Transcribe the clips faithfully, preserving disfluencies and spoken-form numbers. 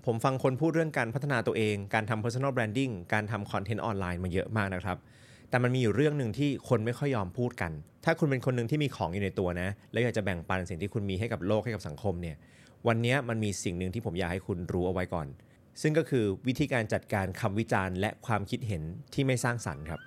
ผมฟังคนพูดเรื่องการพัฒนาตัวเองการทำ personal branding การทำคอนเทนต์ออนไลน์มาเยอะมากนะครับแต่มันมีอยู่เรื่องนึงที่คนไม่ค่อยยอมพูดกันถ้าคุณเป็นคนนึงที่มีของอยู่ในตัวนะแล้วอยากจะแบ่งปันสิ่งที่คุณมีให้กับโลกให้กับสังคมเนี่ยวันนี้มันมีสิ่งนึงที่ผมอยากให้คุณรู้เอาไว้ก่อนซึ่งก็คือวิธีการจัดการคำวิจารณ์และความคิดเห็นที่ไม่สร้างสรรค์ครับ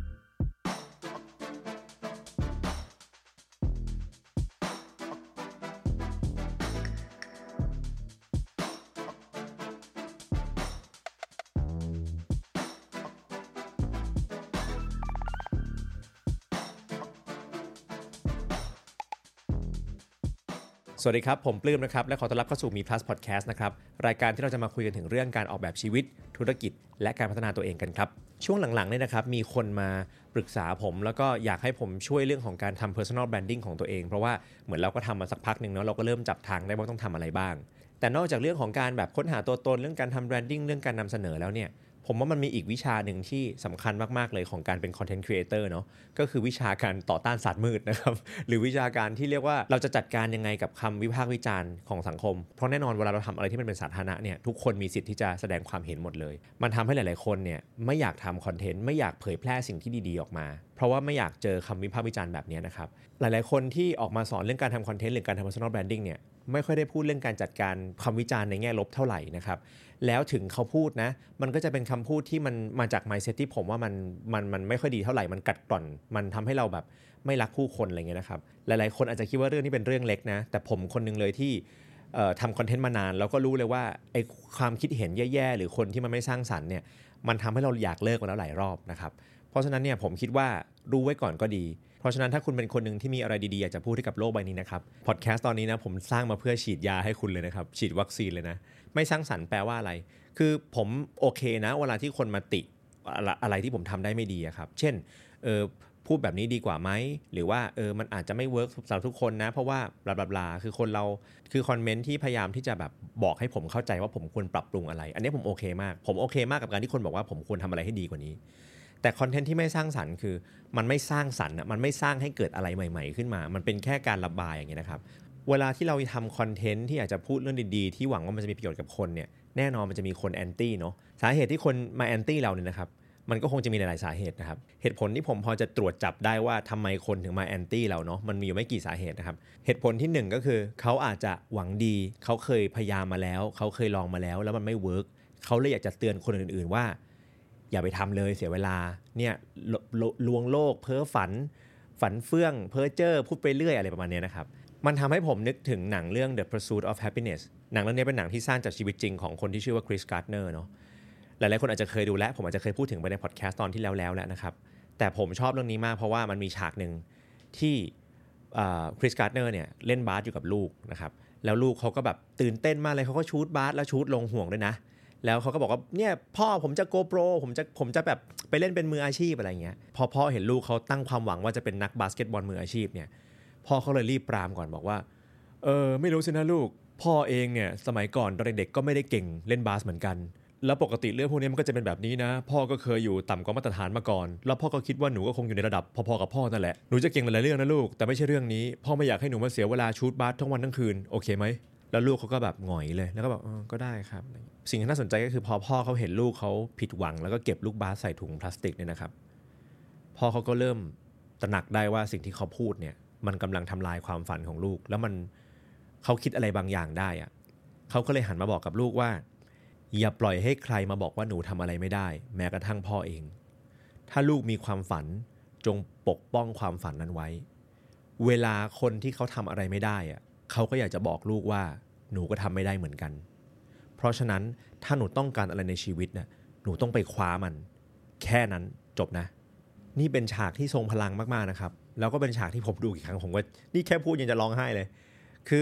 สวัสดีครับผมปลื้มนะครับและขอต้อนรับเข้าสู่มี Plus Podcast นะครับรายการที่เราจะมาคุยกันถึงเรื่องการออกแบบชีวิตธุรกิจและการพัฒนาตัวเองกันครับช่วงหลังๆเนี่ยนะครับมีคนมาปรึกษาผมแล้วก็อยากให้ผมช่วยเรื่องของการทำ personal branding ของตัวเองเพราะว่าเหมือนเราก็ทำมาสักพักนึงเนาะเราก็เริ่มจับทางได้ว่าต้องทำอะไรบ้างแต่นอกจากเรื่องของการแบบค้นหาตัวตนเรื่องการทำ branding เรื่องการนำเสนอแล้วเนี่ยผมว่ามันมีอีกวิชาหนึ่งที่สำคัญมากๆเลยของการเป็น content creator เนาะก็คือวิชาการต่อต้านศาสตร์มืดนะครับหรือวิชาการที่เรียกว่าเราจะจัดการยังไงกับคำวิพากษ์วิจารณ์ของสังคมเพราะแน่นอนเวลาเราทำอะไรที่มันเป็นสาธารณะเนี่ยทุกคนมีสิทธิ์ที่จะแสดงความเห็นหมดเลยมันทำให้หลายๆคนเนี่ยไม่อยากทำคอนเทนต์ไม่อยากเผยแพร่สิ่งที่ดีๆออกมาเพราะว่าไม่อยากเจอคำวิพากษ์วิจารณ์แบบนี้นะครับหลายๆคนที่ออกมาสอนเรื่องการทำคอนเทนต์หรือการทำ personal branding เนี่ยไม่ค่อยได้พูดเรื่องการจัดการคำวิจารณ์ในแง่ลบเท่าไหร่นะครับแล้วถึงเขาพูดนะมันก็จะเป็นคำพูดที่มันมาจาก mindset ที่ผมว่ามันมันมันไม่ค่อยดีเท่าไหร่มันกัดกร่อนมันทำให้เราแบบไม่รักผู้คนอะไรเงี้ยนะครับหลายๆคนอาจจะคิดว่าเรื่องนี้เป็นเรื่องเล็กนะแต่ผมคนนึงเลยที่เอ่อทำคอนเทนต์มานานแล้วก็รู้เลยว่าไอ้ความคิดเห็นแย่ๆหรือคนที่มันไม่สร้างสรรค์เนี่ยมันทำให้เราอยากเลิกมาแล้วหลายรอบนะครับเพราะฉะนั้นเนี่ยผมคิดว่ารู้ไว้ก่อนก็ดีเพราะฉะนั้นถ้าคุณเป็นคนหนึ่งที่มีอะไรดีๆอยากจะพูดให้กับโลกใบนี้นะครับพอดแคสต์ตอนนี้นะผมสร้างมาเพื่อฉีดยาให้คุณเลยนะครับฉีดวัคซีนเลยนะไม่สร้างสรรค์แปลว่าอะไรคือผมโอเคนะเวลาที่คนมาติอะไรที่ผมทำได้ไม่ดีครับเช่นเออพูดแบบนี้ดีกว่าไหมหรือว่าเออมันอาจจะไม่เวิร์กสำหรับทุกคนนะเพราะว่าบลาบลาคือคนเราคือคอมเมนต์ที่พยายามที่จะแบบบอกให้ผมเข้าใจว่าผมควรปรับปรุงอะไรอันนี้ผมโอเคมากผมโอเคมากกับการที่คนบอกว่าผมควรทำอะไรให้ดีกว่านี้แต่คอนเทนต์ที่ไม่สร้างสรรค์คือมันไม่สร้างสรรค์มันไม่สร้างให้เกิดอะไรใหม่ๆขึ้นมามันเป็นแค่การระบายอย่างเงี้ยนะครับเวลาที่เราทำคอนเทนต์ที่อยากจะพูดเรื่องดีๆที่หวังว่ามันจะมีประโยชน์กับคนเนี่ยแน่นอนมันจะมีคนแอนตี้เนาะสาเหตุที่คนมาแอนตี้เราเนี่ยนะครับมันก็คงจะมีหลายๆสาเหตุนะครับเหตุผลที่ผมพอจะตรวจจับได้ว่าทำไมคนถึงมาแอนตี้เราเนาะมันมีอยู่ไม่กี่สาเหตุนะครับเหตุผลที่หนึ่งก็คือเขาอาจจะหวังดีเขาเคยพยายามมาแล้วเขาเคยลองมาแล้วแล้วมันไม่เวิร์กเขาเลยอยากจะเตือนคนอื่นๆว่าอย่าไปทำเลยเสียเวลาเนี่ยลวงโลกเพ้อฝันฝันเฟื่องเพ้อเจ้อพูดไปเรื่อยอะไรประมาณนี้นะครับมันทำให้ผมนึกถึงหนังเรื่อง The Pursuit of Happiness หนังเรื่องนี้เป็นหนังที่สร้างจากชีวิตจริงของคนที่ชื่อว่าคริสการ์ดเนอร์เนาะหลายๆคนอาจจะเคยดูและผมอาจจะเคยพูดถึงไปในพอดแคสต์ตอนที่แล้วแล้วแล้วนะครับแต่ผมชอบเรื่องนี้มากเพราะว่ามันมีฉากนึงที่คริสการ์ดเนอร์เนี่ยเล่นบาสอยู่กับลูกนะครับแล้วลูกเขาก็แบบตื่นเต้นมากเลยเขาก็ชูตบาสแล้วชูตลงห่วงด้วยนะแล้วเขาก็บอกว่าเนี่ยพ่อผมจะโกโปรผมจะผมจะแบบไปเล่นเป็นมืออาชีพอะไรเงี้ยพอพ่อเห็นลูกเขาตั้งความหวังว่าจะเป็นนักบาสเกตบอลมืออาชีพเนี่ยพ่อเขาเลยรีบปรามก่อนบอกว่าเออไม่รู้สินะลูกพ่อเองเนี่ยสมัยก่อนตอนเด็กๆก็ไม่ได้เก่งเล่นบาสเหมือนกันแล้วปกติเรื่องพวกนี้มันก็จะเป็นแบบนี้นะพ่อก็เคยอยู่ต่ำกว่ามาตรฐานมาก่อนแล้วพ่อก็คิดว่าหนูก็คงอยู่ในระดับพอๆกับพ่อนั่นแหละหนูจะเก่งหลายๆเรื่องนะลูกแต่ไม่ใช่เรื่องนี้พ่อไม่อยากให้หนูมาเสียเวลาชูตบาสทั้งวันทั้งคืนโอเคไหมแล้วลูกเขาก็แบบหงอยเลยแล้วก็แบบก็ได้ครับสิ่งที่น่าสนใจก็คือพอพ่อเขาเห็นลูกเขาผิดหวังแล้วก็เก็บลูกบาสใส่ถุงพลาสติกเนี่ยนะครับพ่อเขาก็เริ่มตระหนักได้ว่าสิ่งที่เขาพูดเนี่ยมันกำลังทำลายความฝันของลูกแล้วมันเขาคิดอะไรบางอย่างได้อะเขาก็เลยหันมาบอกกับลูกว่าอย่าปล่อยให้ใครมาบอกว่าหนูทำอะไรไม่ได้แม้กระทั่งพ่อเองถ้าลูกมีความฝันจงปกป้องความฝันนั้นไว้เวลาคนที่เขาทำอะไรไม่ได้อะเขาก็อยากจะบอกลูกว่าหนูก็ทำไม่ได้เหมือนกันเพราะฉะนั้นถ้าหนูต้องการอะไรในชีวิตน่ะหนูต้องไปคว้ามันแค่นั้นจบนะนี่เป็นฉากที่ทรงพลังมากๆนะครับแล้วก็เป็นฉากที่ผมดูกี่ครั้งผมก็นี่แค่พูดยังจะร้องไห้เลยคือ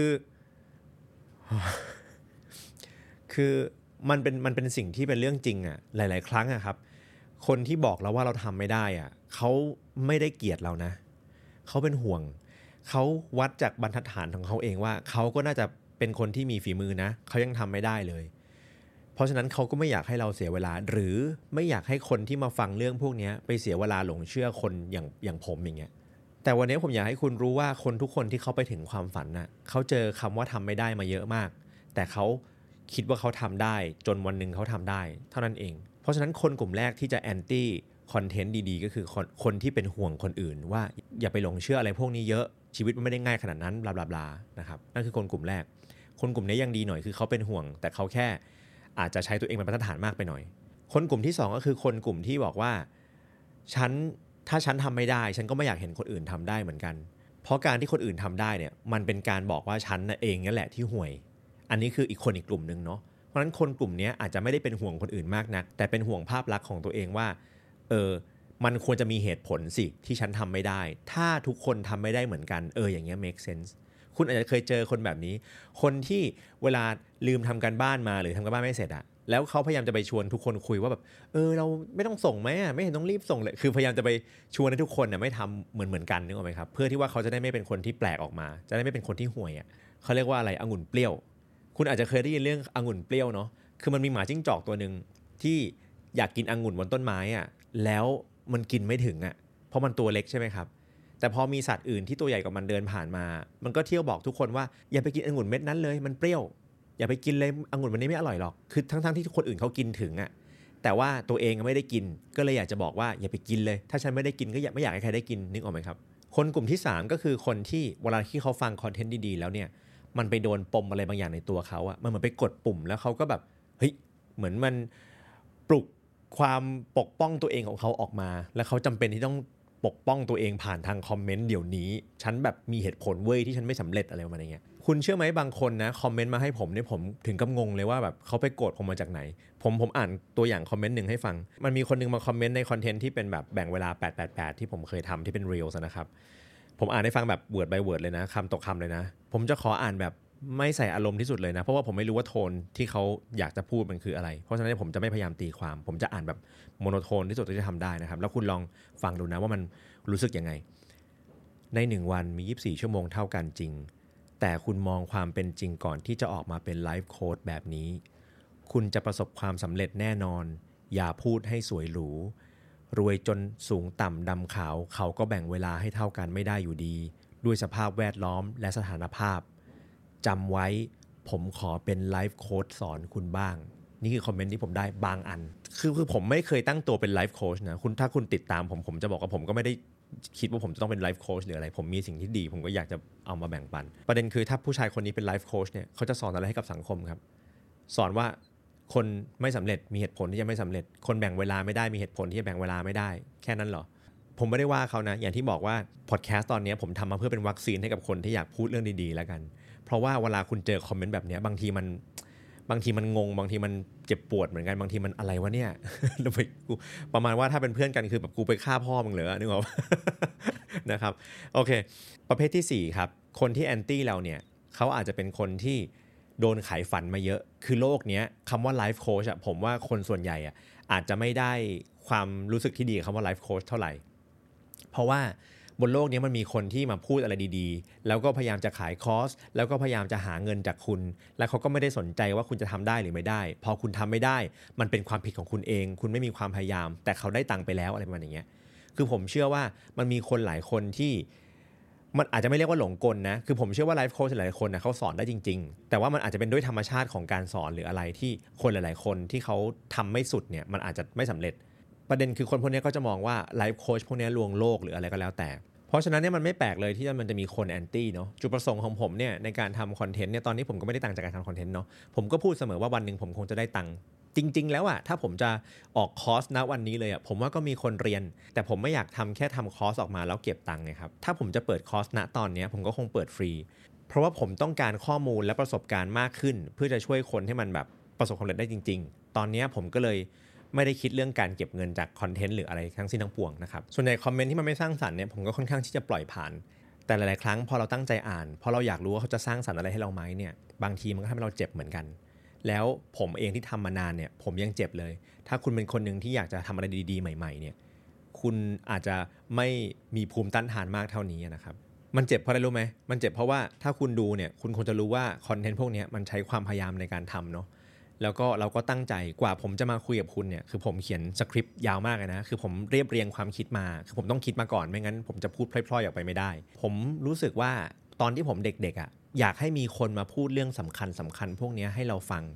คือมันเป็นมันเป็นสิ่งที่เป็นเรื่องจริงอ่ะหลายๆครั้งอ่ะครับคนที่บอกเราว่าเราทำไม่ได้อ่ะเขาไม่ได้เกลียดเรานะเขาเป็นห่วงเขาวัดจากบรรทัดฐานของเขาเองว่าเขาก็น่าจะเป็นคนที่มีฝีมือนะเขายังทำไม่ได้เลยเพราะฉะนั้นเขาก็ไม่อยากให้เราเสียเวลาหรือไม่อยากให้คนที่มาฟังเรื่องพวกนี้ไปเสียเวลาหลงเชื่อคนอย่างอย่างผมอย่างเงี้ยแต่วันนี้ผมอยากให้คุณรู้ว่าคนทุกคนที่เขาไปถึงความฝันน่ะเขาเจอคำว่าทำไม่ได้มาเยอะมากแต่เขาคิดว่าเขาทำได้จนวันนึงเขาทำได้เท่านั้นเองเพราะฉะนั้นคนกลุ่มแรกที่จะแอนตี้คอนเทนต์ดีๆก็คือคนคนที่เป็นห่วงคนอื่นว่าอย่าไปหลงเชื่ออะไรพวกนี้เยอะชีวิตมันไม่ได้ง่ายขนาดนั้นบลาบลาๆนะครับนั่นคือคนกลุ่มแรกคนกลุ่มนี้ยังดีหน่อยคือเขาเป็นห่วงแต่เขาแค่อาจจะใช้ตัวเองเป็นมาตรฐานมากไปหน่อยคนกลุ่มที่สองก็คือคนกลุ่มที่บอกว่าฉันถ้าฉันทำไม่ได้ฉันก็ไม่อยากเห็นคนอื่นทำได้เหมือนกันเพราะการที่คนอื่นทำได้เนี่ยมันเป็นการบอกว่าฉันเองนั่นแหละที่ห่วยอันนี้คืออีกคนอีกกลุ่มนึงเนาะเพราะฉะนั้นคนกลุ่มนี้อาจจะไม่ได้เป็นห่วงคนอื่นมากนักแต่เป็นห่วงภาพลักษณ์ของตัวเองว่าเออมันควรจะมีเหตุผลสิที่ฉันทำไม่ได้ถ้าทุกคนทำไม่ได้เหมือนกันเอออย่างเงี้ย make sense คุณอาจจะเคยเจอคนแบบนี้คนที่เวลาลืมทำการบ้านมาหรือทำการบ้านไม่เสร็จอะแล้วเขาพยายามจะไปชวนทุกคนคุยว่าแบบเออเราไม่ต้องส่งไหมอะไม่เห็นต้องรีบส่งเลยคือพยายามจะไปชวนให้ทุกคนน่ะไม่ทำเหมือนเหมือนกันนึกออกไหมครับเพื่อที่ว่าเขาจะได้ไม่เป็นคนที่แปลกออกมาจะได้ไม่เป็นคนที่ห่วยอะเขาเรียกว่าอะไรองุ่นเปรี้ยวคุณอาจจะเคยได้ยินเรื่ององุ่นเปรี้ยวเนาะคือมันมีหมาจิ้งจอกตัวนึงที่อยากกินองุ่นบนต้นไม้อะแล้วมันกินไม่ถึงอะเพราะมันตัวเล็กใช่ไหมครับแต่พอมีสัตว์อื่นที่ตัวใหญ่กว่ามันเดินผ่านมามันก็เที่ยวบอกทุกคนว่าอย่าไปกินองุ่นเม็ดนั้นเลยมันเปรี้ยวอย่าไปกินเลยองุ่นมันนี้ไม่อร่อยหรอกคือทั้งๆที่คนอื่นเขากินถึงอ่ะแต่ว่าตัวเองไม่ได้กินก็เลยอยากจะบอกว่าอย่าไปกินเลยถ้าฉันไม่ได้กินก็อยากไม่อยากให้ใครได้กินนึกออกไหมครับคนกลุ่มที่สามก็คือคนที่เวลาที่เขาฟังคอนเทนต์ดีๆแล้วเนี่ยมันไปโดนปมอะไรบางอย่างในตัวเขาอ่ะมันเหมือนไปกดปุ่มแล้วเขาก็แบบเฮ้ยเหมือนมันปลุกความปกป้องตัวเองของเขาออกมาแล้วเขาจำเป็นที่ต้องปกป้องตัวเองผ่านทางคอมเมนต์เดี๋ยวนี้ฉันแบบมีเหตุผลเว้ยที่ฉันไม่สำเร็จอะไรประมาณนี้คุณเชื่อไหมบางคนนะคอมเมนต์มาให้ผมเนี่ยผมถึงกับงงเลยว่าแบบเขาไปโกรธผมมาจากไหนผมผมอ่านตัวอย่างคอมเมนต์หนึ่งให้ฟังมันมีคนนึงมาคอมเมนต์ในคอนเทนต์ที่เป็นแบบแบ่งเวลาแปด แปด แปดที่ผมเคยทำที่เป็น Reels นะครับผมอ่านให้ฟังแบบ word by word เลยนะคำต่อคำเลยนะผมจะขออ่านแบบไม่ใส่อารมณ์ที่สุดเลยนะเพราะว่าผมไม่รู้ว่าโทนที่เขาอยากจะพูดมันคืออะไรเพราะฉะนั้นผมจะไม่พยายามตีความผมจะอ่านแบบโมโนโทนที่สุดที่จะทำได้นะครับแล้วคุณลองฟังดูนะว่ามันรู้สึกยังไงในหนึ่งวันมียี่สิบสี่ชั่วโมงเท่ากันจริงแต่คุณมองความเป็นจริงก่อนที่จะออกมาเป็นไลฟ์โค้ดแบบนี้คุณจะประสบความสำเร็จแน่นอนอย่าพูดให้สวยหรูรวยจนสูงต่ำดำขาวเขาก็แบ่งเวลาให้เท่ากันไม่ได้อยู่ดีด้วยสภาพแวดล้อมและสถานภาพจำไว้ผมขอเป็นไลฟ์โค้ดสอนคุณบ้างนี่คือคอมเมนต์ที่ผมได้บางอันคือคือผมไม่เคยตั้งตัวเป็นไลฟ์โค้ชนะคุณถ้าคุณติดตามผมผมจะบอกว่าผมก็ไม่ได้คิดว่าผมจะต้องเป็นไลฟ์โค้ชหรืออะไรผมมีสิ่งที่ดีผมก็อยากจะเอามาแบ่งปันประเด็นคือถ้าผู้ชายคนนี้เป็นไลฟ์โค้ชเนี่ยเขาจะสอนอะไรให้กับสังคมครับสอนว่าคนไม่สำเร็จมีเหตุผลที่จะไม่สำเร็จคนแบ่งเวลาไม่ได้มีเหตุผลที่จะแบ่งเวลาไม่ได้แค่นั้นเหรอผมไม่ได้ว่าเขานะอย่างที่บอกว่าพอดแคสต์ตอนนี้ผมทำมาเพื่อเป็นวัคซีนให้กับคนที่อยากพูดเรื่องดีๆแล้วกันเพราะว่าเวลาคุณเจอคอมเมนต์แบบนี้บางทีมันบางทีมันงงบางทีมันเจ็บปวดเหมือนกันบางทีมันอะไรวะเนี่ยประมาณว่าถ้าเป็นเพื่อนกันคือแบบกูไปฆ่าพ่อมึงเหรอนึกออก นะครับโอเคประเภทที่สี่ครับคนที่แอนตี้เราเนี่ยเขาอาจจะเป็นคนที่โดนขายฝันมาเยอะคือโลกนี้คำว่าไลฟ์โค้ชอะผมว่าคนส่วนใหญ่อะอาจจะไม่ได้ความรู้สึกที่ดีกับคำว่าไลฟ์โค้ชเท่าไหร่เพราะว่าบนโลกนี้มันมีคนที่มาพูดอะไรดีๆแล้วก็พยายามจะขายคอร์สแล้วก็พยายามจะหาเงินจากคุณแล้วเขาก็ไม่ได้สนใจว่าคุณจะทำได้หรือไม่ได้พอคุณทำไม่ได้มันเป็นความผิดของคุณเองคุณไม่มีความพยายามแต่เขาได้ตังค์ไปแล้วอะไรประมาณอย่างเงี้ยคือผมเชื่อว่ามันมีคนหลายคนที่มันอาจจะไม่เรียกว่าหลงกลนะคือผมเชื่อว่าไลฟ์โค้ชหลายคนนะเขาสอนได้จริงๆแต่ว่ามันอาจจะเป็นด้วยธรรมชาติของการสอนหรืออะไรที่คนหลายๆคนที่เขาทำไม่สุดเนี่ยมันอาจจะไม่สำเร็จประเด็นคือคนพวกนี้ก็จะมองว่าไลฟ์โค้ชพวกนี้ลวงโลกหรืออะไรก็แล้วแต่เพราะฉะนั้นเนี่ยมันไม่แปลกเลยที่มันจะมีคนแอนตี้เนาะจุดประสงค์ของผมเนี่ยในการทำคอนเทนต์เนี่ยตอนนี้ผมก็ไม่ได้ตังค์จากการทำคอนเทนต์เนาะผมก็พูดเสมอว่าวันนึงผมคงจะได้ตังค์จริงๆแล้วอะถ้าผมจะออกคอร์สณวันนี้เลยอะผมว่าก็มีคนเรียนแต่ผมไม่อยากทำแค่ทำคอร์สออกมาแล้วเก็บตังค์ไงครับถ้าผมจะเปิดคอร์สณตอนนี้ผมก็คงเปิดฟรีเพราะว่าผมต้องการข้อมูลและประสบการณ์มากขึ้นเพื่อจะช่วยคนให้มันแบบประสบความสำเร็จได้จริงๆตอนนี้ผมก็เลยไม่ได้คิดเรื่องการเก็บเงินจากคอนเทนต์หรืออะไรทั้งสิ้นทั้งปวงนะครับส่วนใหญ่คอมเมนต์ที่มันไม่สร้างสรรค์เนี่ยผมก็ค่อนข้างที่จะปล่อยผ่านแต่หลายๆครั้งพอเราตั้งใจอ่านพอเราอยากรู้ว่าเขาจะสร้างสรรค์อะไรให้เราไหมเนี่ยบางทีมันก็ทำให้เราเจ็บเหมือนกันแล้วผมเองที่ทำมานานเนี่ยผมยังเจ็บเลยถ้าคุณเป็นคนนึงที่อยากจะทำอะไรดีๆใหม่ๆเนี่ยคุณอาจจะไม่มีภูมิต้านทานมากเท่านี้นะครับมันเจ็บเพราะอะไรรู้ไหมมันเจ็บเพราะว่าถ้าคุณดูเนี่ยคุณควรจะรู้ว่าคอนเทนต์พวกนี้มันใช้ความพยายามในการทำเนาะแล้วก็เราก็ตั้งใจกว่าผมจะมาคุยกับคุณเนี่ยคือผมเขียนสคริปต์ยาวมากเลยนะคือผมเรียบเรียงความคิดมาคือผมต้องคิดมาก่อนไม่งั้นผมจะพูดพล่อยๆออกไปไม่ได้ผมรู้สึกว่าตอนที่ผมเด็กๆอ่ะอยากให้มีคนมาพูดเรื่องสำคัญสำคัญพวกนี้ให้เราฟัง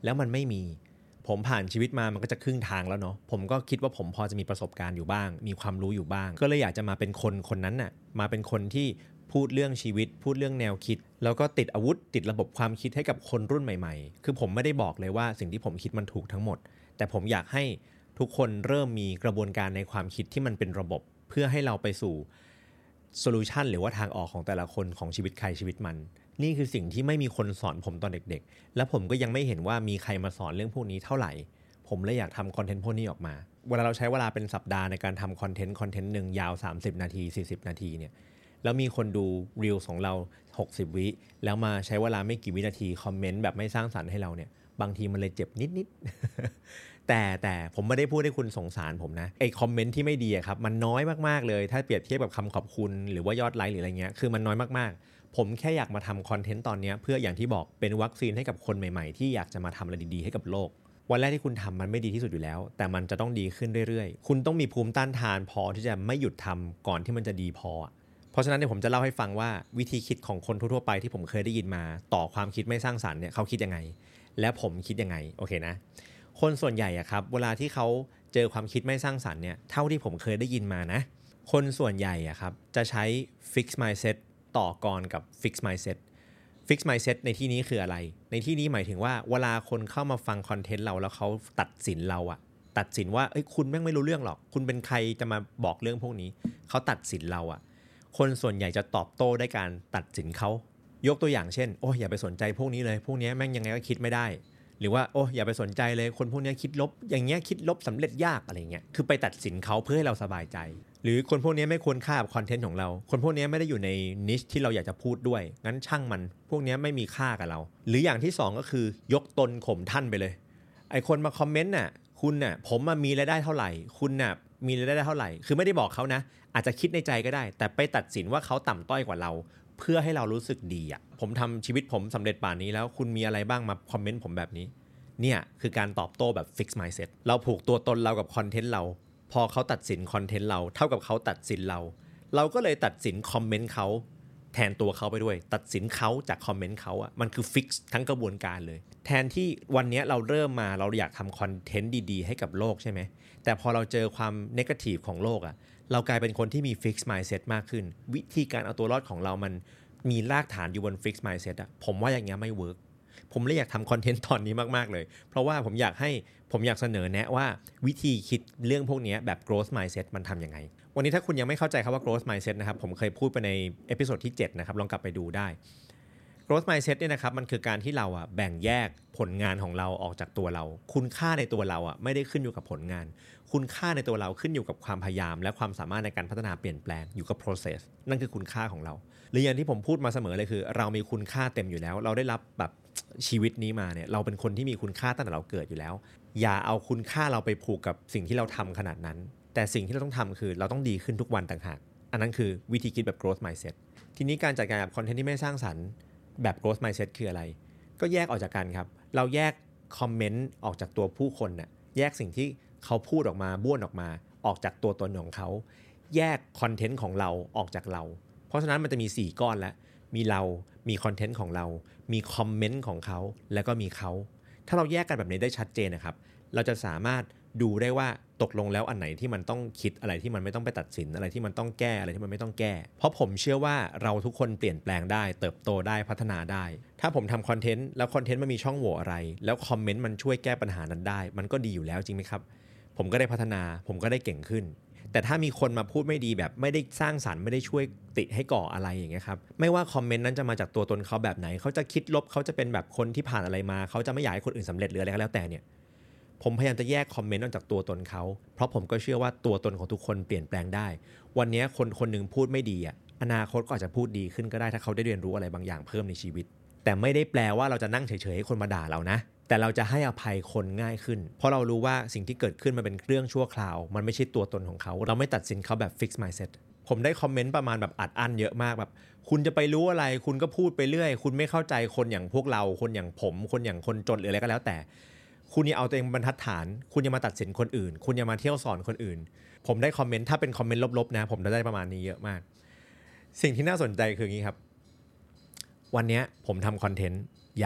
แล้วมันไม่มีผมผ่านชีวิตมามันก็จะครึ่งทางแล้วเนาะผมก็คิดว่าผมพอจะมีประสบการณ์อยู่บ้างมีความรู้อยู่บ้างก็เลยอยากจะมาเป็นคนคนนั้นน่ะมาเป็นคนที่พูดเรื่องชีวิตพูดเรื่องแนวคิดแล้วก็ติดอาวุธติดระบบความคิดให้กับคนรุ่นใหม่ๆคือผมไม่ได้บอกเลยว่าสิ่งที่ผมคิดมันถูกทั้งหมดแต่ผมอยากให้ทุกคนเริ่มมีกระบวนการในความคิดที่มันเป็นระบบเพื่อให้เราไปสู่โซลูชันหรือว่าทางออกของแต่ละคนของชีวิตใครชีวิตมันนี่คือสิ่งที่ไม่มีคนสอนผมตอนเด็กๆและผมก็ยังไม่เห็นว่ามีใครมาสอนเรื่องพวกนี้เท่าไหร่ผมเลยอยากทำคอนเทนต์พวกนี้ออกมาเวลาเราใช้เวลาเป็นสัปดาห์ในการทำคอนเทนต์คอนเทนต์หนึ่งยาวสามสิบนาทีสี่สิบนาทีเนี่ยแล้วมีคนดูรีลของเราหกสิบวิแล้วมาใช้เวลาไม่กี่วินาทีคอมเมนต์แบบไม่สร้างสรรค์ให้เราเนี่ยบางทีมันเลยเจ็บนิดๆ แต่แต่ผมไม่ได้พูดให้คุณสงสารผมนะไอ้คอมเมนต์ที่ไม่ดีอะครับมันน้อยมากๆเลยถ้าเปรียบเทียบกับคำขอบคุณหรือว่ายอดไลค์หรืออะไรเงี้ยคือมันน้อยมากๆผมแค่อยากมาทำคอนเทนต์ตอนนี้เพื่ออย่างที่บอกเป็นวัคซีนให้กับคนใหม่ๆที่อยากจะมาทำอะไรดีๆให้กับโลกวันแรกที่คุณทำมันไม่ดีที่สุดอยู่แล้วแต่มันจะต้องดีขึ้นเรื่อยๆคุณต้องมีภูมิต้านทานพอที่จะไม่หยุดทำก่อนที่มันจะดีพอเพราะฉะนั้นเนี่ยผมจะเล่าให้ฟังว่าวิธีคิดของคนทั่วๆไปที่ผมเคยได้ยินมาต่อความคิดไม่สร้างสรรค์เนี่ยเขาคิดยังไงและผมคิดยังไงโอเคนะคนส่วนใหญ่อะครับเวลาที่เขาเจอความคิดไม่สร้างสรรค์เนี่ยเท่าที่ผมเคยได้ยินมานะคนส่วนใหญ่อะครับจะใช้ fix mindset ต่อกรกับ fix mindset fix mindset ในที่นี้คืออะไรในที่นี้หมายถึงว่าเวลาคนเข้ามาฟังคอนเทนต์เราแล้วเขาตัดสินเราอะตัดสินว่าเอ้ยคุณแม่งไม่รู้เรื่องหรอกคุณเป็นใครจะมาบอกเรื่องพวกนี้เขาตัดสินเราอะคนส่วนใหญ่จะตอบโต้ด้วยการตัดสินเขายกตัวอย่างเช่นโอ้อย่าไปสนใจพวกนี้เลยพวกนี้แม่งยังไงก็คิดไม่ได้หรือว่าโอ้อย่าไปสนใจเลยคนพวกนี้คิดลบอย่างเงี้ยคิดลบสำเร็จยากอะไรเงี้ยคือไปตัดสินเขาเพื่อให้เราสบายใจหรือคนพวกนี้ไม่ควรค่ากับคอนเทนต์ของเราคนพวกนี้ไม่ได้อยู่ในนิชที่เราอยากจะพูดด้วยงั้นช่างมันพวกนี้ไม่มีค่ากับเราหรืออย่างที่สองก็คือยกตนข่มท่านไปเลยไอคนมาคอมเมนต์น่ะคุณน่ะผมมีรายได้เท่าไหร่คุณน่ะมีรายได้เท่าไหร่คือไม่ได้บอกเขานะอาจจะคิดในใจก็ได้แต่ไปตัดสินว่าเขาต่ำต้อยกว่าเราเพื่อให้เรารู้สึกดีอ่ะผมทำชีวิตผมสำเร็จป่านนี้แล้วคุณมีอะไรบ้างมาคอมเมนต์ผมแบบนี้เนี่ยคือการตอบโต้แบบ fix mindset เราผูกตัวตนเรากับคอนเทนต์เราพอเขาตัดสินคอนเทนต์เราเท่ากับเขาตัดสินเราเราก็เลยตัดสินคอมเมนต์เขาแทนตัวเขาไปด้วยตัดสินเขาจากคอมเมนต์เขาอ่ะมันคือฟิกซ์ทั้งกระบวนการเลยแทนที่วันนี้เราเริ่มมาเราอยากทำคอนเทนต์ดีๆให้กับโลกใช่ไหมแต่พอเราเจอความเนกาทีฟของโลกอ่ะเรากลายเป็นคนที่มีฟิกซ์มายด์เซ็ตมากขึ้นวิธีการเอาตัวรอดของเรามันมีรากฐานอยู่บนฟิกซ์มายด์เซ็ตอ่ะผมว่าอย่างเงี้ยไม่เวิร์กผมเลยอยากทำคอนเทนต์ตอนนี้มากๆเลยเพราะว่าผมอยากให้ผมอยากเสนอแนะว่าวิธีคิดเรื่องพวกนี้แบบ growth mindset มันทำยังไงวันนี้ถ้าคุณยังไม่เข้าใจคำว่า growth mindset นะครับผมเคยพูดไปในเอพิโซดที่เจ็ดนะครับลองกลับไปดูได้ growth mindset เนี่ยนะครับมันคือการที่เราอ่ะแบ่งแยกผลงานของเราออกจากตัวเราคุณค่าในตัวเราอ่ะไม่ได้ขึ้นอยู่กับผลงานคุณค่าในตัวเราขึ้นอยู่กับความพยายามและความสามารถในการพัฒนาเปลี่ยนแปลงอยู่กับ process นั่นคือคุณค่าของเราหรืออย่างที่ผมพูดมาเสมอเลยคือเรามีคุณค่าเต็มอยู่แล้วเราได้รับแบบชีวิตนี้มาเนี่ยเราเป็นคนที่มีคุณค่าตั้งแต่เราเกิดอยู่แล้วอย่าเอาคุณค่าเราไปผูกกับสิ่งที่เราทำขนาดนั้นแต่สิ่งที่เราต้องทำคือเราต้องดีขึ้นทุกวันต่างหากอันนั้นคือวิธีคิดแบบ growth mindset ทีนี้การจัดการกับคอนเทนต์ที่ไม่สร้างสรรค์แบบ growth mindset คืออะไรก็แยกออกจากกันครับเราแยกคอมเมนต์ออกจากตัวผู้คนน่ะแยกสิ่งที่เขาพูดออกมาบ้วนออกมาออกจากตัวตนของเขาแยกคอนเทนต์ของเราออกจากเราเพราะฉะนั้นมันจะมีสี่ก้อนแล้วมีเรามีคอนเทนต์ของเรามีคอมเมนต์ของเขาแล้วก็มีเขาถ้าเราแยกกันแบบนี้ได้ชัดเจนนะครับเราจะสามารถดูได้ว่าตกลงแล้วอันไหนที่มันต้องคิดอะไรที่มันไม่ต้องไปตัดสินอะไรที่มันต้องแก้อะไรที่มันไม่ต้องแก้เพราะผมเชื่อว่าเราทุกคนเปลี่ยนแปลงได้เติบโตได้พัฒนาได้ถ้าผมทำคอนเทนต์แล้วคอนเทนต์มันมีช่องโหว่อะไรแล้วคอมเมนต์มันช่วยแก้ปัญหานั้นได้มันก็ดีอยู่แล้วจริงไหมครับผมก็ได้พัฒนาผมก็ได้เก่งขึ้นแต่ถ้ามีคนมาพูดไม่ดีแบบไม่ได้สร้างสรรค์ไม่ได้ช่วยติให้ก่ออะไรอย่างเงี้ยครับไม่ว่าคอมเมนต์นั้นจะมาจากตัวตนเขาแบบไหนเขาจะคิดลบเขาจะเป็นแบบคนที่ผ่านอะไรมาเขาจะไม่อยากให้คนอื่นสำเร็จหรืออะไรก็แล้วแต่เนี่ยผมพยายามจะแยกคอมเมนต์ออกจากตัวตนเขาเพราะผมก็เชื่อว่าตัวตนของทุกคนเปลี่ยนแปลงได้วันนี้คนคนนึงพูดไม่ดีอ่ะอนาคตก็อาจจะพูดดีขึ้นก็ได้ถ้าเขาได้เรียนรู้อะไรบางอย่างเพิ่มในชีวิตแต่ไม่ได้แปลว่าเราจะนั่งเฉยๆให้คนมาด่าเรานะแต่เราจะให้อภัยคนง่ายขึ้นเพราะเรารู้ว่าสิ่งที่เกิดขึ้นมันเป็นเรื่องชั่วคราวมันไม่ใช่ตัวตนของเขาเราไม่ตัดสินเขาแบบ fix mindset ผมได้คอมเมนต์ประมาณแบบอัดอั้นเยอะมากแบบคุณจะไปรู้อะไรคุณก็พูดไปเรื่อยคุณไม่เข้าใจคนอย่างพวกเราคนอย่างผมคนอย่างคนจนหรืออะไรก็แล้วแต่คุณอย่าเอาตัวเองบรรทัดฐานคุณอย่ามาตัดสินคนอื่นคุณอย่ามาเที่ยวสอนคนอื่นผมได้คอมเมนต์ถ้าเป็นคอมเมนต์ลบๆนะผมได้ประมาณนี้เยอะมากสิ่งที่น่าสนใจคืออย่างนี้ครับวันนี้ผมทำคอนเทนต์ยาว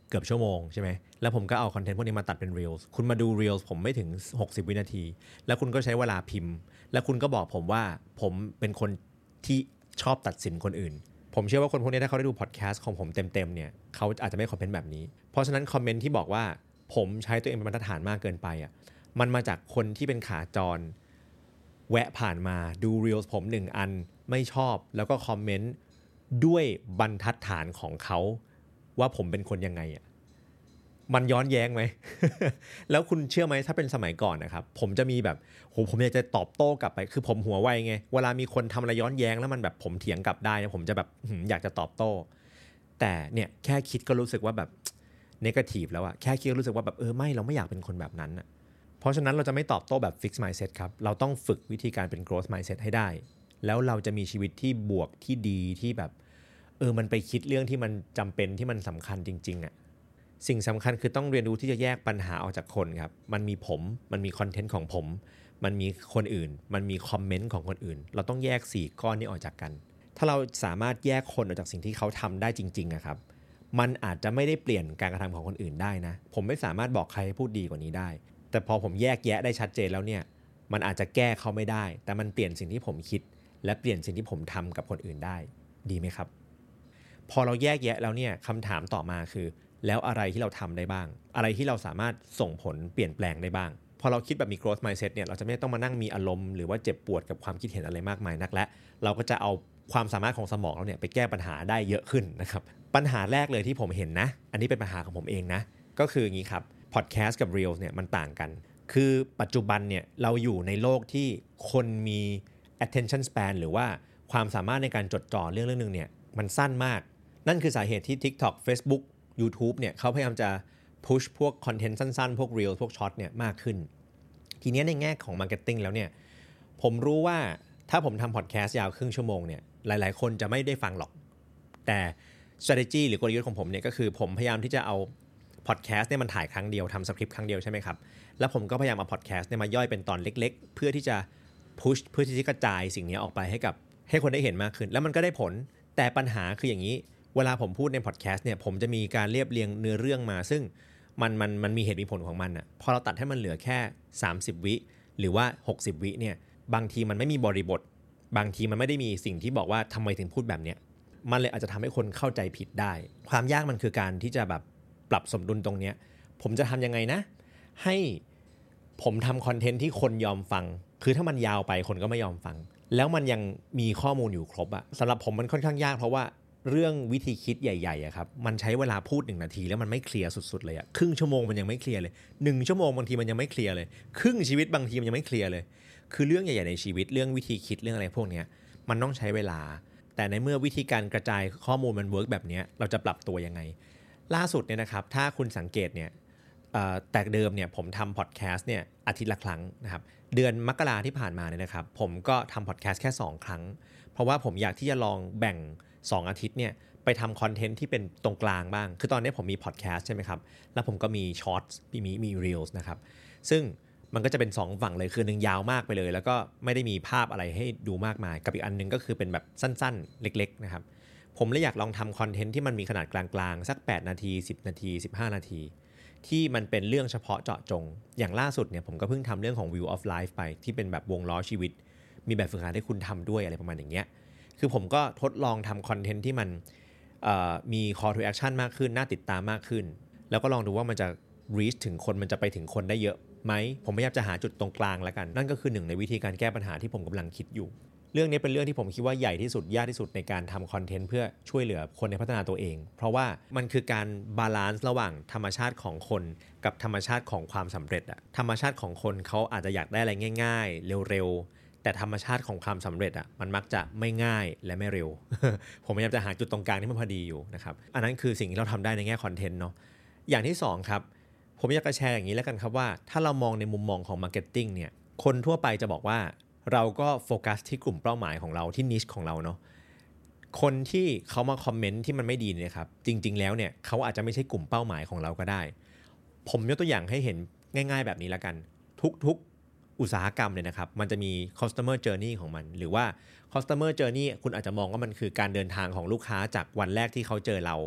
เกือบชั่วโมงใช่ไหมแล้วผมก็เอาคอนเทนต์พวกนี้มาตัดเป็น Reels คุณมาดู Reels ผมไม่ถึงหกสิบวินาทีแล้วคุณก็ใช้เวลาพิมพ์แล้วคุณก็บอกผมว่าผมเป็นคนที่ชอบตัดสินคนอื่นผมเชื่อว่าคนพวกนี้ถ้าเขาได้ดูพอดแคสต์ของผมเต็มๆเนี่ยเขาอาจจะไม่คอมเมนต์แบบนี้เพราะฉะนั้นคอมเมนต์ที่บอกว่าผมใช้ตัวเองเป็นมาตรฐานมากเกินไปอ่ะมันมาจากคนที่เป็นขาจรแวะผ่านมาดู Reels ผมหนึ่งอันไม่ชอบแล้วก็คอมเมนต์ด้วยบรรทัดฐานของเขาว่าผมเป็นคนยังไงอ่ะมันย้อนแย้งไหม แล้วคุณเชื่อไหมถ้าเป็นสมัยก่อนนะครับผมจะมีแบบโหผมอยากจะตอบโต้กลับไปคือผมหัวไวไงเวลามีคนทำอะไรย้อนแย้งแล้วมันแบบผมเถียงกลับได้นะผมจะแบบอยากจะตอบโต้แต่เนี่ยแค่คิดก็รู้สึกว่าแบบเนกาทีฟแล้วอะแค่คิดก็รู้สึกว่าแบบเออไม่เราไม่อยากเป็นคนแบบนั้นอะเพราะฉะนั้นเราจะไม่ตอบโต้แบบ fix mindset ครับเราต้องฝึกวิธีการเป็น growth mindset ให้ได้แล้วเราจะมีชีวิตที่บวกที่ดีที่แบบเออมันไปคิดเรื่องที่มันจำเป็นที่มันสำคัญจริงๆอะสิ่งสำคัญคือต้องเรียนรู้ที่จะแยกปัญหาออกจากคนครับมันมีผมมันมีคอนเทนต์ของผมมันมีคนอื่นมันมีคอมเมนต์ของคนอื่นเราต้องแยกสี่ก้อนนี้ออกจากกันถ้าเราสามารถแยกคนออกจากสิ่งที่เขาทำได้จริงๆนะครับมันอาจจะไม่ได้เปลี่ยนการกระทำของคนอื่นได้นะผมไม่สามารถบอกใครให้พูดดีกว่านี้ได้แต่พอผมแยกแยะได้ชัดเจนแล้วเนี่ยมันอาจจะแก้เขาไม่ได้แต่มันเปลี่ยนสิ่งที่ผมคิดและเปลี่ยนสิ่งที่ผมทำกับคนอื่นได้ดีไหมครับพอเราแยกแยะแล้วเนี่ยคำถามต่อมาคือแล้วอะไรที่เราทำได้บ้างอะไรที่เราสามารถส่งผลเปลี่ยนแปลงได้บ้างพอเราคิดแบบมี growth mindset เนี่ยเราจะไม่ต้องมานั่งมีอารมณ์หรือว่าเจ็บปวดกับความคิดเห็นอะไรมากมายนักและเราก็จะเอาความสามารถของสมองเราเนี่ยไปแก้ปัญหาได้เยอะขึ้นนะครับปัญหาแรกเลยที่ผมเห็นนะอันนี้เป็นปัญหาของผมเองนะก็คืออย่างนี้ครับ podcast กับ reels เนี่ยมันต่างกันคือปัจจุบันเนี่ยเราอยู่ในโลกที่คนมี attention span หรือว่าความสามารถในการจดจ่อเรื่องเรื่องนึงเนี่ยมันสั้นมากนั่นคือสาเหตุที่ TikTok Facebook YouTube เนี่ยเขาพยายามจะพุชพวกคอนเทนต์สั้นๆพวก Reels พวกช็อตเนี่ยมากขึ้นทีนี้ในแง่ของ Marketing แล้วเนี่ยผมรู้ว่าถ้าผมทำพอดแคสต์ยาวครึ่งชั่วโมงเนี่ยหลายๆคนจะไม่ได้ฟังหรอกแต่ strategy หรือกลยุทธ์ของผมเนี่ยก็คือผมพยายามที่จะเอาพอดแคสต์เนี่ยมันถ่ายครั้งเดียวทำสคริปต์ครั้งเดียวใช่ไหมครับแล้วผมก็พยายามเอาพอดแคสต์เนี่ยมาย่อยเป็นตอนเล็กๆเพื่อที่จะพุชเพื่อที่จะกระจายสิ่งนี้ออกไปให้กับให้คนได้เห็นมากขึ้นแล้วมันก็ได้ผลแต่ปัญหาคืออย่างนี้เวลาผมพูดในพอดแคสต์เนี่ยผมจะมีการเรียบเรียงเนื้อเรื่องมาซึ่งมันมันมันมีเหตุมีผลของมันอ่ะพอเราตัดให้มันเหลือแค่สามสิบวิหรือว่าหกสิบวิเนี่ยบางทีมันไม่มีบริบทบางทีมันไม่ได้มีสิ่งที่บอกว่าทำไมถึงพูดแบบเนี้ยมันเลยอาจจะทำให้คนเข้าใจผิดได้ความยากมันคือการที่จะแบบปรับสมดุลตรงเนี้ยผมจะทำยังไงนะให้ผมทำคอนเทนต์ที่คนยอมฟังคือถ้ามันยาวไปคนก็ไม่ยอมฟังแล้วมันยังมีข้อมูลอยู่ครบอะสำหรับผมมันค่อนข้างยากเพราะว่าเรื่องวิธีคิดใหญ่ๆอะครับมันใช้เวลาพูดหนึ่งนาทีแล้วมันไม่เคลียร์สุดๆเลยอะครึ่งชั่วโมงมันยังไม่เคลียร์เลยหนึ่งชั่วโมงบางทีมันยังไม่เคลียร์เลยครึ่งชีวิตบางทีมันยังไม่เคลียร์เลยคือเรื่องใหญ่ๆในชีวิตเรื่องวิธีคิดเรื่องอะไรพวกนี้มันต้องใช้เวลาแต่ในเมื่อวิธีการกระจายข้อมูลมันเวิร์กแบบนี้เราจะปรับตัวยังไงล่าสุดเนี่ยนะครับถ้าคุณสังเกตเนี่ยแต่เดิมเนี่ยผมทำพอดแคสต์เนี่ยอาทิตย์ละครั้งนะครับเดือนมกราที่ผ่านมาเนี่ยนะครับผมก็ทำพอดแคสต์แค่สองครั้งเพราะว่าผมอยากที่จะลองแบ่งสองอาทิตย์เนี่ยไปทำคอนเทนต์ที่เป็นตรงกลางบ้างคือตอนนี้ผมมีพอดแคสต์ใช่ไหมครับแล้วผมก็มีช็อตส์มีมีรีลส์นะครับซึ่งมันก็จะเป็นสองฝั่งเลยคือหนึ่งยาวมากไปเลยแล้วก็ไม่ได้มีภาพอะไรให้ดูมากมายกับอีกอันนึงก็คือเป็นแบบสั้นๆเล็กๆนะครับผมเลยอยากลองทำคอนเทนต์ที่มันมีขนาดกลางๆสักแปดนาทีสิบนาทีสิบห้านาทีที่มันเป็นเรื่องเฉพาะเจาะจงอย่างล่าสุดเนี่ยผมก็เพิ่งทำเรื่องของ Wheel of Life ไปที่เป็นแบบวงล้อชีวิตมีแบบฝึกหัดให้คุณทำด้วยอะไรประมาณอย่างเงี้ยคือผมก็ทดลองทำคอนเทนต์ที่มันมี call to action มากขึ้นน่าติดตามมากขึ้นแล้วก็ลองดูว่ามันจะ reach ถึงคนมันจะไปถึงคนได้เยอะไหมผมพยายามจะหาจุดตรงกลางแล้วกันนั่นก็คือหนึ่งในวิธีการแก้ปัญหาที่ผมกำลังคิดอยู่เรื่องนี้เป็นเรื่องที่ผมคิดว่าใหญ่ที่สุดยากที่สุดในการทำคอนเทนต์เพื่อช่วยเหลือคนในพัฒนาตัวเองเพราะว่ามันคือการบาลานซ์ระหว่างธรรมชาติของคนกับธรรมชาติของความสำเร็จอะธรรมชาติของคนเขาอาจจะอยากได้อะไรง่ายๆเร็วๆแต่ธรรมชาติของความสำเร็จอะมันมักจะไม่ง่ายและไม่เร็ว ผมพยายามจะหาจุดตรงกลางที่มันพอดีอยู่นะครับอันนั้นคือสิ่งที่เราทำได้ในแง่คอนเทนต์เนาะอย่างที่สองครับผมอยากจะแชร์อย่างนี้แล้วกันครับว่าถ้าเรามองในมุมมองของ Marketing เนี่ยคนทั่วไปจะบอกว่าเราก็โฟกัสที่กลุ่มเป้าหมายของเราที่นิชของเราเนาะคนที่เขามาคอมเมนต์ที่มันไม่ดีเนี่ยครับจริงๆแล้วเนี่ยเขาอาจจะไม่ใช่กลุ่มเป้าหมายของเราก็ได้ผมยกตัวอย่างให้เห็นง่ายๆแบบนี้ละกันทุกๆอุตสาหกรรมเลยนะครับมันจะมี customer journey ของมันหรือว่า customer journey คุณอาจจะมองว่ามันคือการเดินทางของลูกค้าจากวันแรกที่เขาเจอเราไป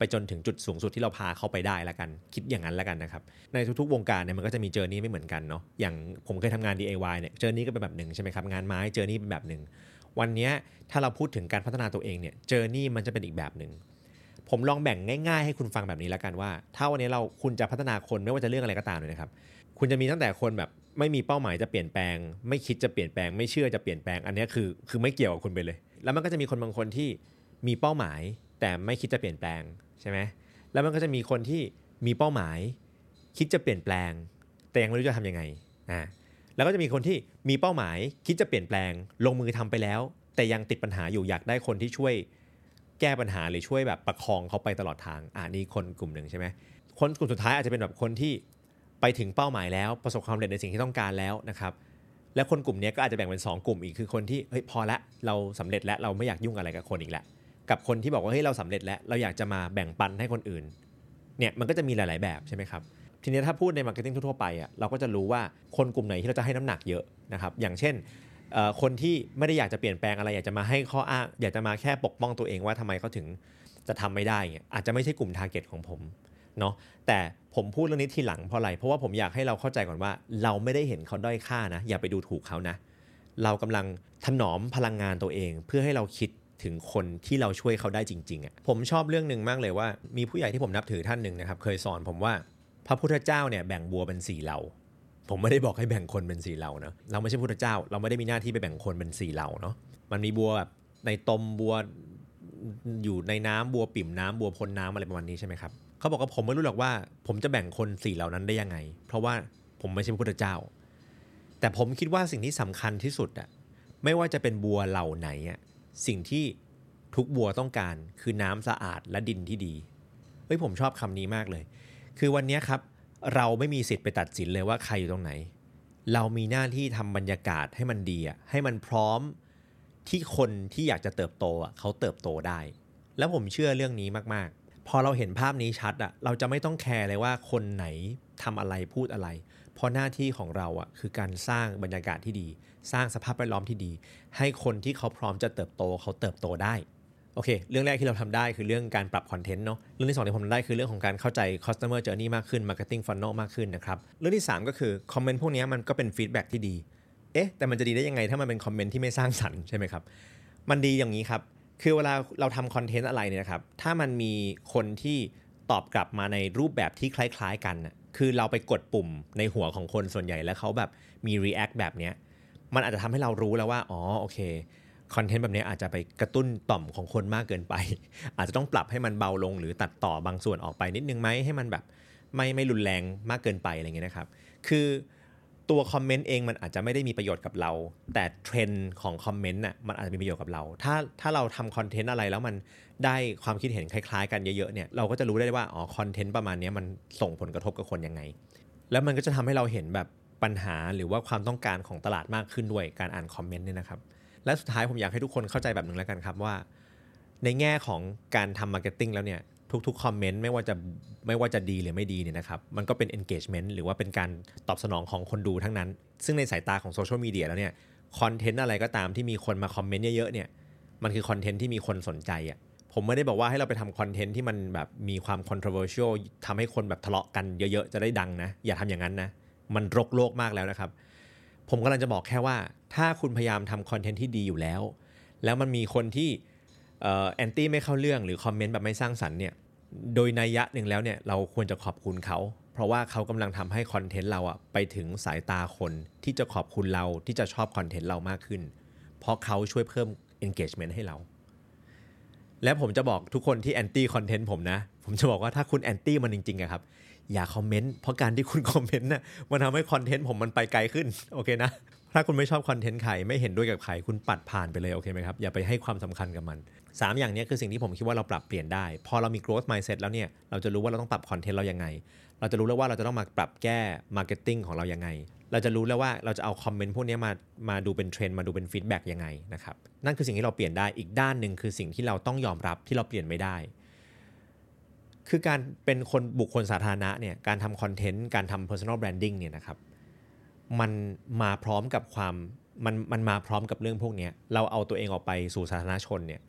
ไปจนถึงจุดสูงสุดที่เราพาเข้าไปได้แล้วกันคิดอย่างนั้นแล้วกันนะครับในทุกๆวงการเนี่ยมันก็จะมีเจอร์นี่ไม่เหมือนกันเนาะอย่างผมเคยทำงาน ดี ไอ วาย เนี่ยเจอร์นี่ก็เป็นแบบหนึ่งใช่ไหมครับงานไม้เจอร์นี่เป็นแบบหนึ่งวันนี้ถ้าเราพูดถึงการพัฒนาตัวเองเนี่ยเจอร์นี่มันจะเป็นอีกแบบหนึ่งผมลองแบ่งง่ายๆให้คุณฟังแบบนี้แล้วกันว่าถ้าวันนี้เราคุณจะพัฒนาคนไม่ว่าจะเรื่องอะไรก็ตามเลยนะครับคุณจะมีตั้งแต่คนแบบไม่มีเป้าหมายจะเปลี่ยนแปลงไม่คิดจะเปลี่ยนแปลงไม่เชื่อจะเปลี่ยนแปลงอันนี้คือคือไม่เกี่ยวกับคุณไปเลยแล้วมันก็จะมีคนบางคนที่มีเป้าหมายแต่ไม่คิดจะเปลี่ยนแปลงใช่ไหมแล้วมันก็จะมีคนที่มีเป้าหมายคิดจะเปลี่ยนแปลงแต่ยังไม่รู้จะทำยังไงอ่าแล้วก็จะมีคนที่มีเป้าหมายคิดจะเปลี่ยนแปลงลงมือทำไปแล้วแต่ยังติดปัญหาอยู่อยากได้คนที่ช่วยแก้ปัญหาหรือช่วยแบบประคองเขาไปตลอดทางอ่านี่คนกลุ่มหนึ่งใช่ไหมคนกลุ่มสุดท้ายอาจจะเป็นแบบคนที่ไปถึงเป้าหมายแล้วประสบความสำเร็จในสิ่งที่ต้องการแล้วนะครับและคนกลุ่มนี้ก็อาจจะแบ่งเป็นสองกลุ่มอีกคือคนที่เฮ้ยพอละเราสำเร็จแล้วเราไม่อยากยุ่งอะไรกับคนอีกแล้วกับคนที่บอกว่าเฮ้ยเราสำเร็จแล้วเราอยากจะมาแบ่งปันให้คนอื่นเนี่ยมันก็จะมีหลายๆแบบใช่ไหมครับทีนี้ถ้าพูดในมาร์เก็ตติ้งทั่วๆไปอ่ะเราก็จะรู้ว่าคนกลุ่มไหนที่เราจะให้น้ำหนักเยอะนะครับอย่างเช่นคนที่ไม่ได้อยากจะเปลี่ยนแปลงอะไรอยากจะมาให้ข้ออ้างอยากจะมาแค่ปกป้องตัวเองว่าทำไมเขาถึงจะทำไม่ได้เงี้ยอาจจะไม่ใช่กลุ่มทาร์เก็ตของผมเนาะแต่ผมพูดเรื่องนี้ทีหลังเพราะอะไรเพราะว่าผมอยากให้เราเข้าใจก่อนว่าเราไม่ได้เห็นเขาด้อยค่านะอย่าไปดูถูกเขานะเรากำลังถนอมพลังงานตัวเองเพื่อให้เราคิดถึงคนที่เราช่วยเขาได้จริงๆอ่ะผมชอบเรื่องนึงมากเลยว่ามีผู้ใหญ่ที่ผมนับถือท่านนึงนะครับเคยสอนผมว่าพระพุทธเจ้าเนี่ยแบ่งบัวเป็นสี่เหล่าผมไม่ได้บอกให้แบ่งคนเป็นสี่เหล่านะเราไม่ใช่พุทธเจ้าเราไม่ได้มีหน้าที่ไปแบ่งคนเป็นสี่เหล่าเนาะมันมีบัวแบบในตมบัวอยู่ในน้ำบัวปิ่มน้ำบัวพ้นน้ำอะไรประมาณนี้ใช่ไหมครับเขาบอกว่าผมไม่รู้หรอกว่าผมจะแบ่งคนสี่เหล่านั้นได้ยังไงเพราะว่าผมไม่ใช่พระพุทธเจ้าแต่ผมคิดว่าสิ่งที่สำคัญที่สุดอะไม่ว่าจะเป็นบัวเหล่าไหนอะสิ่งที่ทุกบัวต้องการคือน้ำสะอาดและดินที่ดีเฮ้ยผมชอบคำนี้มากเลยคือวันนี้ครับเราไม่มีสิทธิ์ไปตัดสินเลยว่าใครอยู่ตรงไหนเรามีหน้าที่ทำบรรยากาศให้มันดีอะให้มันพร้อมที่คนที่อยากจะเติบโตอะเขาเติบโตได้แล้วผมเชื่อเรื่องนี้มากๆพอเราเห็นภาพนี้ชัดอะเราจะไม่ต้องแคร์เลยว่าคนไหนทำอะไรพูดอะไรเพราะหน้าที่ของเราอะคือการสร้างบรรยากาศที่ดีสร้างสภาพแวดล้อมที่ดีให้คนที่เขาพร้อมจะเติบโตเขาเติบโตได้โอเคเรื่องแรกที่เราทำได้คือเรื่องการปรับคอนเทนต์เนาะเรื่องที่สองที่ผมทำได้คือเรื่องของการเข้าใจ customer journey มากขึ้น marketing funnel มากขึ้นนะครับเรื่องที่สามก็คือคอมเมนต์พวกนี้มันก็เป็นฟีดแบ็กที่ดีเอ๊ะแต่มันจะดีได้ยังไงถ้ามันเป็นคอมเมนต์ที่ไม่สร้างสรรค์ใช่ไหมครับมันดีอย่างนี้ครับคือเวลาเราทำคอนเทนต์อะไรเนี่ยนะครับถ้ามันมีคนที่ตอบกลับมาในรูปแบบที่คล้ายๆกันนะคือเราไปกดปุ่มในหัวของคนส่วนใหญ่แล้วเขาแบบมี react แบบเนี้ยมันอาจจะทำให้เรารู้แล้วว่าอ๋อโอเคคอนเทนต์แบบนี้อาจจะไปกระตุ้นต่อมของคนมากเกินไปอาจจะต้องปรับให้มันเบาลงหรือตัดต่อบางส่วนออกไปนิดนึงไหมให้มันแบบไม่ไม่รุนแรงมากเกินไปอะไรเงี้ยนะครับคือตัวคอมเมนต์เองมันอาจจะไม่ได้มีประโยชน์กับเราแต่เทรนด์ของคอมเมนต์น่ะมันอาจจะมีประโยชน์กับเราถ้าถ้าเราทำคอนเทนต์อะไรแล้วมันได้ความคิดเห็นคล้ายๆกันเยอะๆเนี่ยเราก็จะรู้ได้ว่าอ๋อคอนเทนต์ประมาณนี้มันส่งผลกระทบกับคนยังไงแล้วมันก็จะทำให้เราเห็นแบบปัญหาหรือว่าความต้องการของตลาดมากขึ้นด้วยการอ่านคอมเมนต์เนี่ยนะครับและสุดท้ายผมอยากให้ทุกคนเข้าใจแบบนึงแล้วกันครับว่าในแง่ของการทำมาร์เก็ตติ้งแล้วเนี่ยทุกๆคอมเมนต์ไม่ว่าจะไม่ว่าจะดีหรือไม่ดีเนี่ยนะครับมันก็เป็น engagement หรือว่าเป็นการตอบสนองของคนดูทั้งนั้นซึ่งในสายตาของโซเชียลมีเดียแล้วเนี่ยคอนเทนต์อะไรก็ตามที่มีคนมาคอมเมนต์เยอะๆเนี่ยมันคือคอนเทนต์ที่มีคนสนใจอ่ะผมไม่ได้บอกว่าให้เราไปทำคอนเทนต์ที่มันแบบมีความ controversial ทำให้คนแบบทะเลาะกันเยอะๆจะได้ดังนะอย่าทำอย่างนั้นนะมันรกโลกมากแล้วนะครับผมกำลังจะบอกแค่ว่าถ้าคุณพยายามทำคอนเทนต์ที่ดีอยู่แล้วแล้วมันมีคนที่เอ่อแอนตี้ไม่เข้าเรื่องหรือคอมเมนต์แบบไม่สร้างสรรค์เนี่ยโดยนัยยะหนึ่งแล้วเนี่ยเราควรจะขอบคุณเขาเพราะว่าเขากำลังทำให้คอนเทนต์เราอะไปถึงสายตาคนที่จะขอบคุณเราที่จะชอบคอนเทนต์เรามากขึ้นเพราะเขาช่วยเพิ่ม engagement ให้เราและผมจะบอกทุกคนที่แอนตี้คอนเทนต์ผมนะผมจะบอกว่าถ้าคุณแอนตี้มันจริงๆอะครับอย่าคอมเมนต์เพราะการที่คุณคอมเมนต์น่ะมันทำให้คอนเทนต์ผมมันไปไกลขึ้นโอเคนะถ้าคุณไม่ชอบคอนเทนต์ใครไม่เห็นด้วยกับใครคุณปัดผ่านไปเลยโอเคไหมครับอย่าไปให้ความสำคัญกับมันสามอย่างนี้คือสิ่งที่ผมคิดว่าเราปรับเปลี่ยนได้พอเรามี growth mindset แล้วเนี่ยเราจะรู้ว่าเราต้องปรับคอนเทนต์เรายังไงเราจะรู้แล้วว่าเราจะต้องมาปรับแก้ marketing ของเรายังไงเราจะรู้แล้วว่าเราจะเอาคอมเมนต์พวกนี้มามาดูเป็นเทรนด์มาดูเป็นฟีดแบ็กยังไงนะครับนั่นคือสิ่งที่เราเปลี่ยนได้อีกด้านนึงคือสิ่งที่เราต้องยอมรับที่เราเปลี่ยนไม่ได้คือการเป็นคนบุคคลสาธารณะเนี่ยการทำคอนเทนต์การทำ personal branding เนี่ยนะครับมันมาพร้อมกับความมันมันมาพร้อมกับเรื่องพวกนี้เราเอาตัวเองออกไปสู่สาธารณชนเนี่ย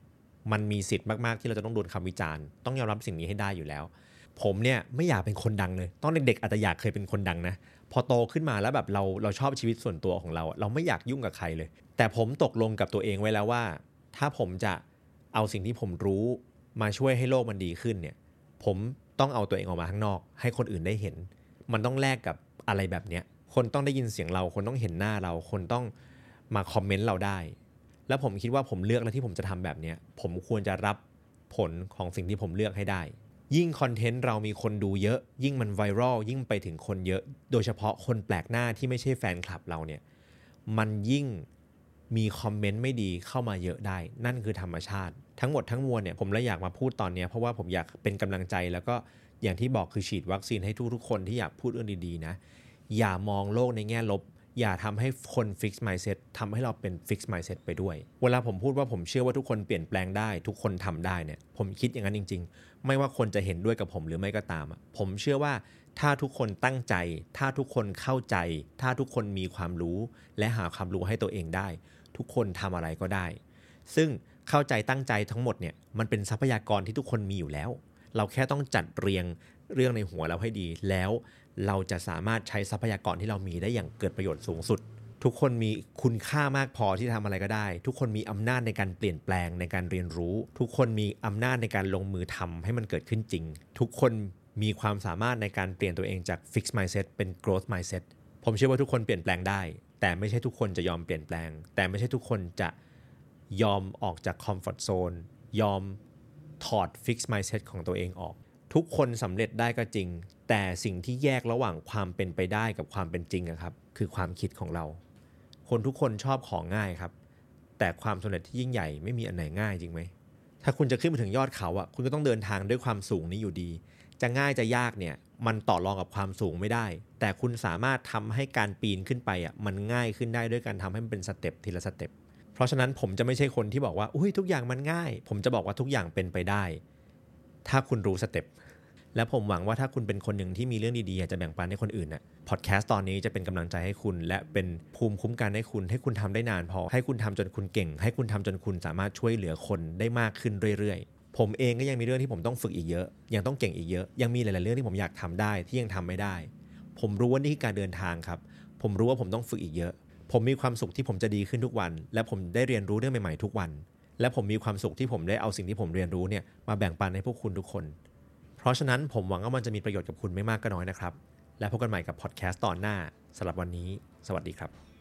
มันมีสิทธิ์มากๆที่เราจะต้องโดนคำวิจารณ์ต้องยอมรับสิ่งนี้ให้ได้อยู่แล้วผมเนี่ยไม่อยากเป็นคนดังเลยตอนเด็กๆอาจจะอยากเคยเป็นคนดังนะพอโตขึ้นมาแล้วแบบเราเราชอบชีวิตส่วนตัวของเราเราไม่อยากยุ่งกับใครเลยแต่ผมตกลงกับตัวเองไว้แล้วว่าถ้าผมจะเอาสิ่งที่ผมรู้มาช่วยให้โลกมันดีขึ้นเนี่ยผมต้องเอาตัวเองออกมาข้างนอกให้คนอื่นได้เห็นมันต้องแลกกับอะไรแบบเนี้ยคนต้องได้ยินเสียงเราคนต้องเห็นหน้าเราคนต้องมาคอมเมนต์เราได้แล้วผมคิดว่าผมเลือกแล้วที่ผมจะทำแบบนี้ผมควรจะรับผลของสิ่งที่ผมเลือกให้ได้ยิ่งคอนเทนต์เรามีคนดูเยอะยิ่งมันไวรัลยิ่งไปถึงคนเยอะโดยเฉพาะคนแปลกหน้าที่ไม่ใช่แฟนคลับเราเนี่ยมันยิ่งมีคอมเมนต์ไม่ดีเข้ามาเยอะได้นั่นคือธรรมชาติทั้งหมดทั้งมวลเนี่ยผมเลยอยากมาพูดตอนนี้เพราะว่าผมอยากเป็นกำลังใจแล้วก็อย่างที่บอกคือฉีดวัคซีนให้ทุกๆคนที่อยากพูดเรื่องดีๆนะอย่ามองโลกในแง่ลบอย่าทำให้คน fix mindset ทำให้เราเป็น fix mindset ไปด้วยเวลาผมพูดว่าผมเชื่อว่าทุกคนเปลี่ยนแปลงได้ทุกคนทำได้เนี่ยผมคิดอย่างนั้นจริงๆไม่ว่าคนจะเห็นด้วยกับผมหรือไม่ก็ตามผมเชื่อว่าถ้าทุกคนตั้งใจถ้าทุกคนเข้าใจถ้าทุกคนมีความรู้และหาความรู้ให้ตัวเองได้ทุกคนทำอะไรก็ได้ซึ่งเข้าใจตั้งใจทั้งหมดเนี่ยมันเป็นทรัพยากรที่ทุกคนมีอยู่แล้วเราแค่ต้องจัดเรียงเรื่องในหัวเราให้ดีแล้วเราจะสามารถใช้ทรัพยากรที่เรามีได้อย่างเกิดประโยชน์สูงสุดทุกคนมีคุณค่ามากพอที่จะทำอะไรก็ได้ทุกคนมีอำนาจในการเปลี่ยนแปลงในการเรียนรู้ทุกคนมีอำนาจในการลงมือทำให้มันเกิดขึ้นจริงทุกคนมีความสามารถในการเปลี่ยนตัวเองจาก fixed mindset เป็น growth mindset ผมเชื่อว่าทุกคนเปลี่ยนแปลงได้แต่ไม่ใช่ทุกคนจะยอมเปลี่ยนแปลงแต่ไม่ใช่ทุกคนจะยอมออกจาก comfort zone ยอมถอด fixed mindset ของตัวเองออกทุกคนสำเร็จได้ก็จริงแต่สิ่งที่แยกระหว่างความเป็นไปได้กับความเป็นจริงอะครับคือความคิดของเราคนทุกคนชอบของง่ายครับแต่ความสำเร็จที่ยิ่งใหญ่ไม่มีอันไหนง่ายจริงไหมถ้าคุณจะขึ้นไปถึงยอดเขาอะคุณก็ต้องเดินทางด้วยความสูงนี้อยู่ดีจะง่ายจะยากเนี่ยมันต่อรองกับความสูงไม่ได้แต่คุณสามารถทำให้การปีนขึ้นไปอะมันง่ายขึ้นได้ด้วยการทำให้มันเป็นสเต็ปทีละสเต็ปเพราะฉะนั้นผมจะไม่ใช่คนที่บอกว่าอุ้ยทุกอย่างมันง่ายผมจะบอกว่าทุกอย่างเป็นไปได้ถ้าคุณรู้สเต็ปและผมหวังว่าถ้าคุณเป็นคนหนึ่งที่มีเรื่องดีๆอยากจะแบ่งปันให้คนอื่นน่ะพอดแคสต์ตอนนี้จะเป็นกำลังใจให้คุณและเป็นภูมิคุ้มกันให้คุณให้คุณทำได้นานพอให้คุณทำจนคุณเก่งให้คุณทำจนคุณสามารถช่วยเหลือคนได้มากขึ้นเรื่อยๆผมเองก็ยังมีเรื่องที่ผมต้องฝึกอีกเยอะยังต้องเก่งอีกเยอะยังมีหลายๆเรื่องที่ผมอยากทำได้ที่ยังทำไม่ได้ผมรู้ว่านี่คือการเดินทางครับผมรู้ว่าผมต้องฝึกอีกเยอะผมมีความสุขที่ผมจะดีขึ้นทุกวันและผมได้เรียนรู้เรื่องใหม่ๆทุกวันและผมมีความสุขที่ผมได้เอาสิ่งที่ผมเรียนรู้เนี่ยมาแบ่งปันให้พวกคุณทุกคนเพราะฉะนั้นผมหวังว่ามันจะมีประโยชน์กับคุณไม่มากก็น้อยนะครับและพบกันใหม่กับพอดแคสต์ตอนหน้าสำหรับวันนี้สวัสดีครับ